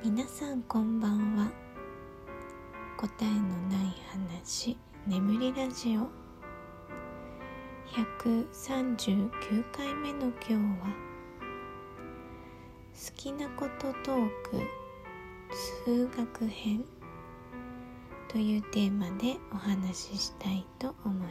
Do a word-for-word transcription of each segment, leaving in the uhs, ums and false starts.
皆さんこんばんは。答えのない話、眠りラジオひゃくさんじゅうきゅうかいめの今日は、好きなことトーク数学編というテーマでお話ししたいと思います。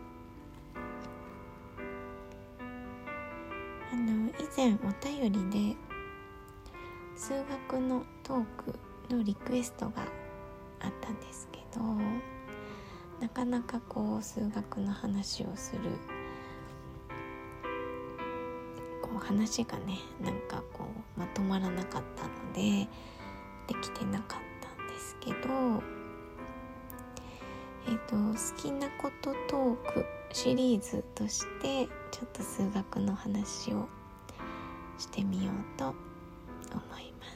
あの以前お便りで数学のトークのリクエストがあったんですけど、なかなかこう数学の話をするこう話がねなんかこうまとまらなかったのでできてなかったんですけど、えっと好きなことトークシリーズとしてちょっと数学の話をしてみようと思います。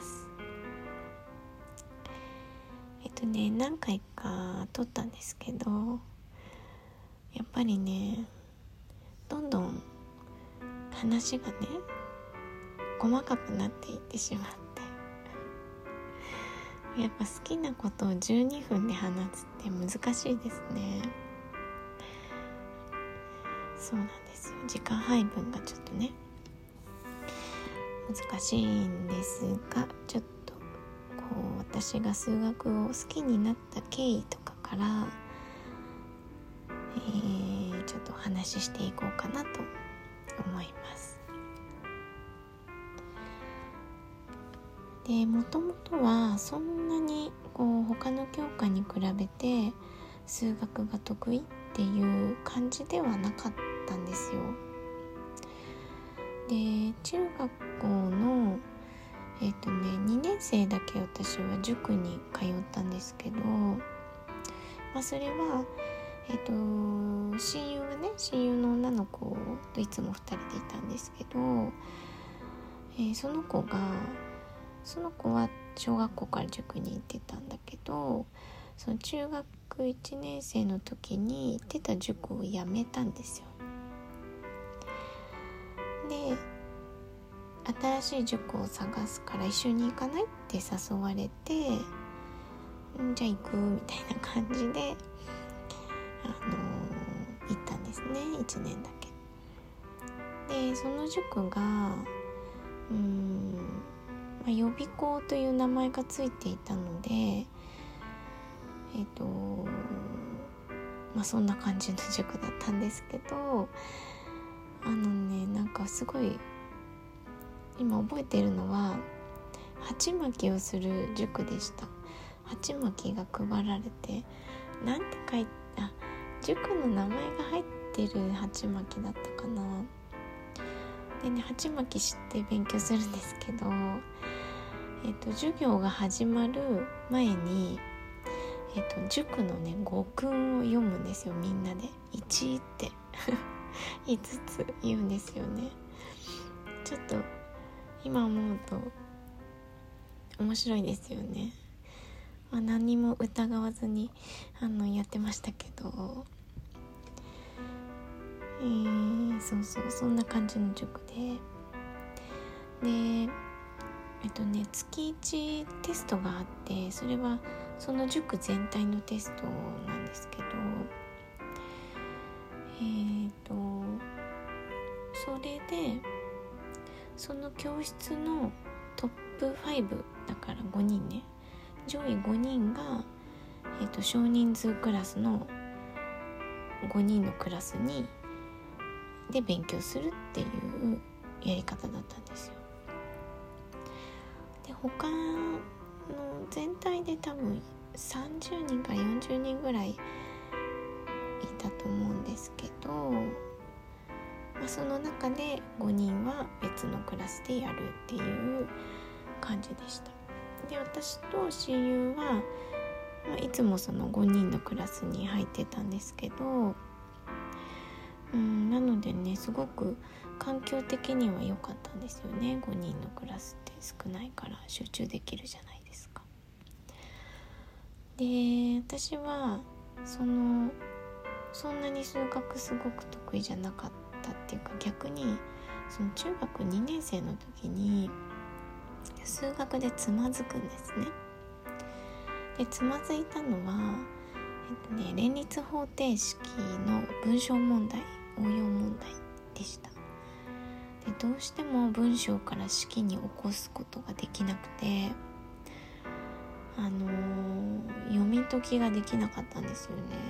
えっとね何回か撮ったんですけど、やっぱりねどんどん話がね細かくなっていってしまって、やっぱ好きなことをじゅうにふんで話すって難しいですね。そうなんですよ。時間配分がちょっとね難しいんですが、ちょっとこう私が数学を好きになった経緯とかから、えー、ちょっとお話ししていこうかなと思います。で、もともとはそんなにこう他の教科に比べて数学が得意っていう感じではなかったんですよ。で、中学校のえっとねにねん生だけ私は塾に通ったんですけど、まあ、それはえっと親友がね親友の女の子といつもふたりでいたんですけど、えー、その子がその子は小学校から塾に行ってたんだけど、その中学いちねん生の時に行ってた塾を辞めたんですよ。で、新しい塾を探すから一緒に行かないって誘われて、んじゃあ行くみたいな感じで、あのー、行ったんですね。いちねんだけで、その塾がうーん、まあ、予備校という名前がついていたので、えっとまあそんな感じの塾だったんですけど、あのねなんかすごい今覚えてるのは鉢巻きをする塾でした。鉢巻きが配られて、なんて書いてあ塾の名前が入ってる鉢巻きだったかな。でね、鉢巻きして勉強するんですけど、えっと授業が始まる前に、えっと塾のね語訓を読むんですよ。みんなでいちっていつつ言うんですよね。ちょっと今思うと面白いですよね。まあ、何も疑わずにあのやってましたけど、えー、そうそうそんな感じの塾で、でえっとね月いちテストがあって、それはその塾全体のテストなんですけど、えーとそれでその教室のトップごだからごにんね、上位ごにんが、えーと少人数クラスのごにんのクラスにで勉強するっていうやり方だったんですよ。で、他の全体で多分さんじゅうにんからよんじゅうにんぐらいいたと思うんですけど、まあ、その中でごにんは別のクラスでやるっていう感じでした。で、私と親友は、まあ、いつもそのごにんのクラスに入ってたんですけど、うん、なのでねすごく環境的には良かったんですよね。ごにんのクラスって少ないから集中できるじゃないですか。で、私はそのそんなに数学すごく得意じゃなかったっていうか、逆にその中学にねん生の時に数学でつまずくんですね。でつまずいたのは、えっとね、連立方程式の文章問題、応用問題でした。でどうしても文章から式に起こすことができなくて、あのー、読み解きができなかったんですよ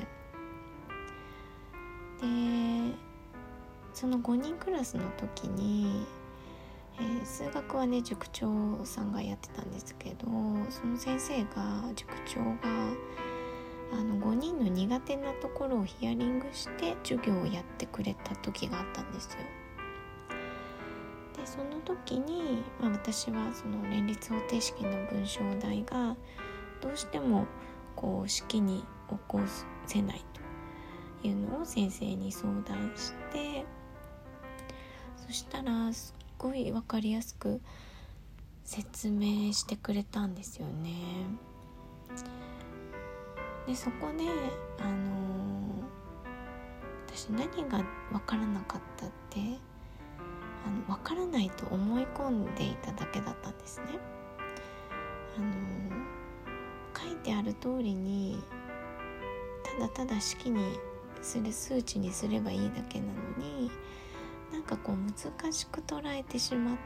ね。でそのごにんクラスの時に、えー、数学はね塾長さんがやってたんですけど、その先生が塾長があのごにんの苦手なところをヒアリングして授業をやってくれた時があったんですよ。でその時に、まあ、私はその連立方程式の文章題がどうしてもこう式に起こせないというのを先生に相談して、そしたらすっごい分かりやすく説明してくれたんですよね。でそこで、あのー、私何が分からなかったってあの分からないと思い込んでいただけだったんですね。あのー、書いてある通りにただただ式にする数値にすればいいだけなのに、なんかこう難しく捉えてしまって、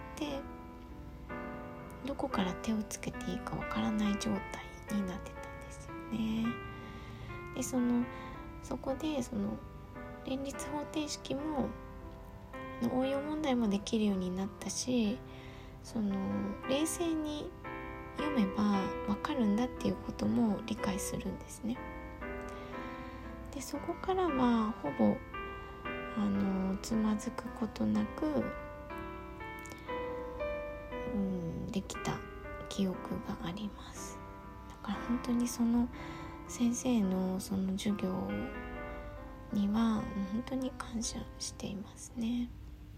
どこから手をつけていいかわからない状態になってたんですよね。でそのそこでその連立方程式も応用問題もできるようになったし、その冷静に読めばわかるんだっていうことも理解するんですね。でそこからはほぼあのつまずくことなく、うん、できた記憶があります。だから本当にその先生のその授業には本当に感謝していますね。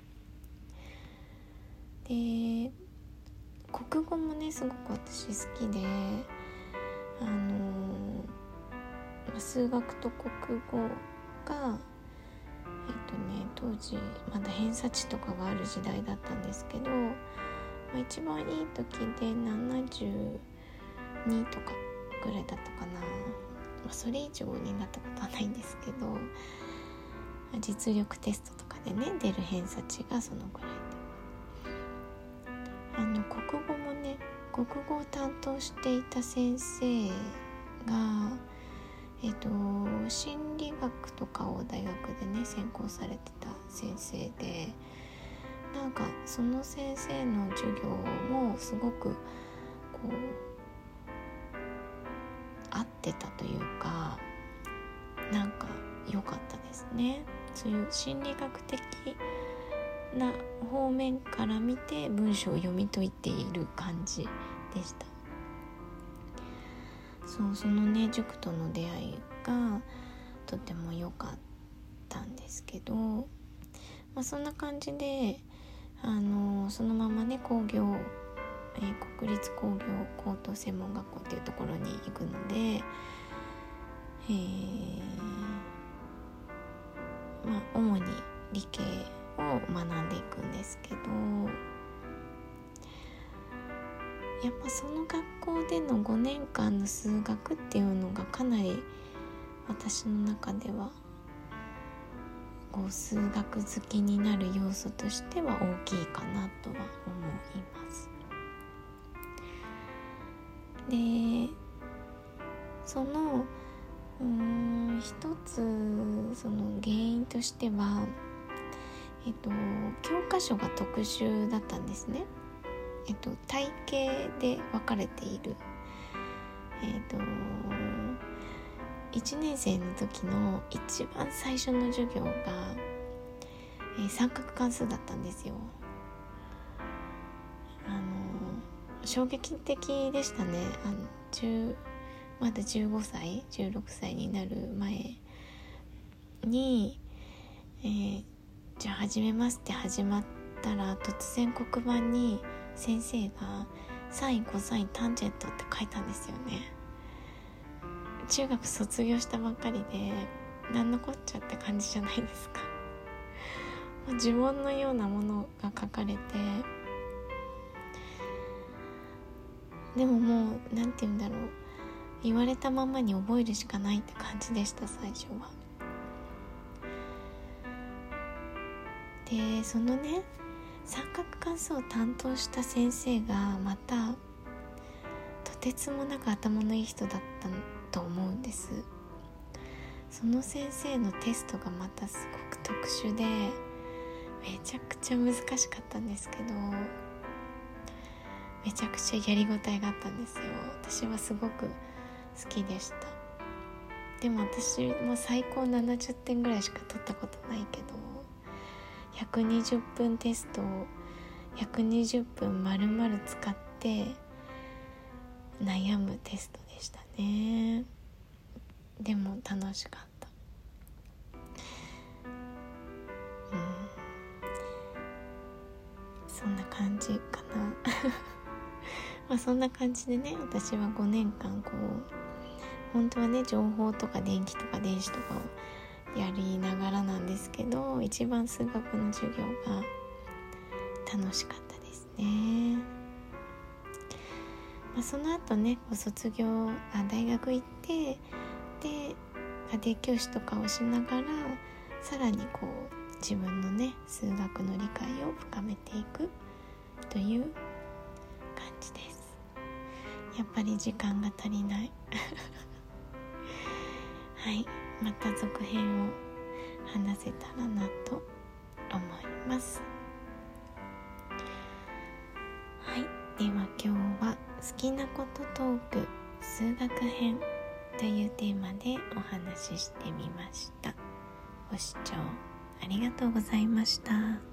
で国語もねすごく私好きで、あの数学と国語がえっとね、当時まだ偏差値とかがある時代だったんですけど、まあ、一番いい時でななじゅうにとかぐらいだったかな、まあ、それ以上になったことはないんですけど、実力テストとかでね出る偏差値がそのぐらいで、あの国語もね国語を担当していた先生がえっと、心理学とかを大学でね専攻されてた先生で、なんかその先生の授業もすごくこう合ってたというか、なんか良かったですね。そういう心理学的な方面から見て文章を読み解いている感じでした。そうそのね塾との出会いがとても良かったんですけど、まあ、そんな感じであのそのままね工業、えー、国立工業高等専門学校っていうところに行くので、えーまあ、主に理系を学んでいくんですけど、やっぱその学校でのごねんかんの数学っていうのがかなり私の中ではこう数学好きになる要素としては大きいかなとは思います。でそのうーん一つその原因としては、えっと、教科書が特殊だったんですね。えっと、体系で分かれている、えっと、いちねん生の時の一番最初の授業が、えー、三角関数だったんですよ。あの衝撃的でしたね。あの10まだじゅうごさいじゅうろくさいになる前に、えー、じゃあ始めますって始まったら、突然黒板に先生がサインコサインタンジェントって書いたんですよね。中学卒業したばっかりで何のこっちゃって感じじゃないですか。呪文のようなものが書かれて、 でももうなんて言うんだろう、言われたままに覚えるしかないって感じでした、最初は。でそのね三角関数を担当した先生がまたとてつもなく頭のいい人だったと思うんです。その先生のテストがまたすごく特殊でめちゃくちゃ難しかったんですけど、めちゃくちゃやりごたえがあったんですよ。私はすごく好きでした。でも私も最高ななじゅってんぐらいしか取ったことないけど、ひゃくにじゅっぷんテストをひゃくにじゅっぷん丸々使って悩むテストでしたね。でも楽しかった。うん、そんな感じかなまあそんな感じでね、私はごねんかんこう本当はね情報とか電気とか電子とかをやりながらなんですけど、一番数学の授業が楽しかったですね。まあ、その後ねこう卒業あ大学行ってで家庭教師とかをしながらさらにこう自分のね数学の理解を深めていくという感じです。やっぱり時間が足りないはい、また続編を話せたらなと思います。はい、では今日は好きなことトーク数学編というテーマでお話ししてみました。ご視聴ありがとうございました。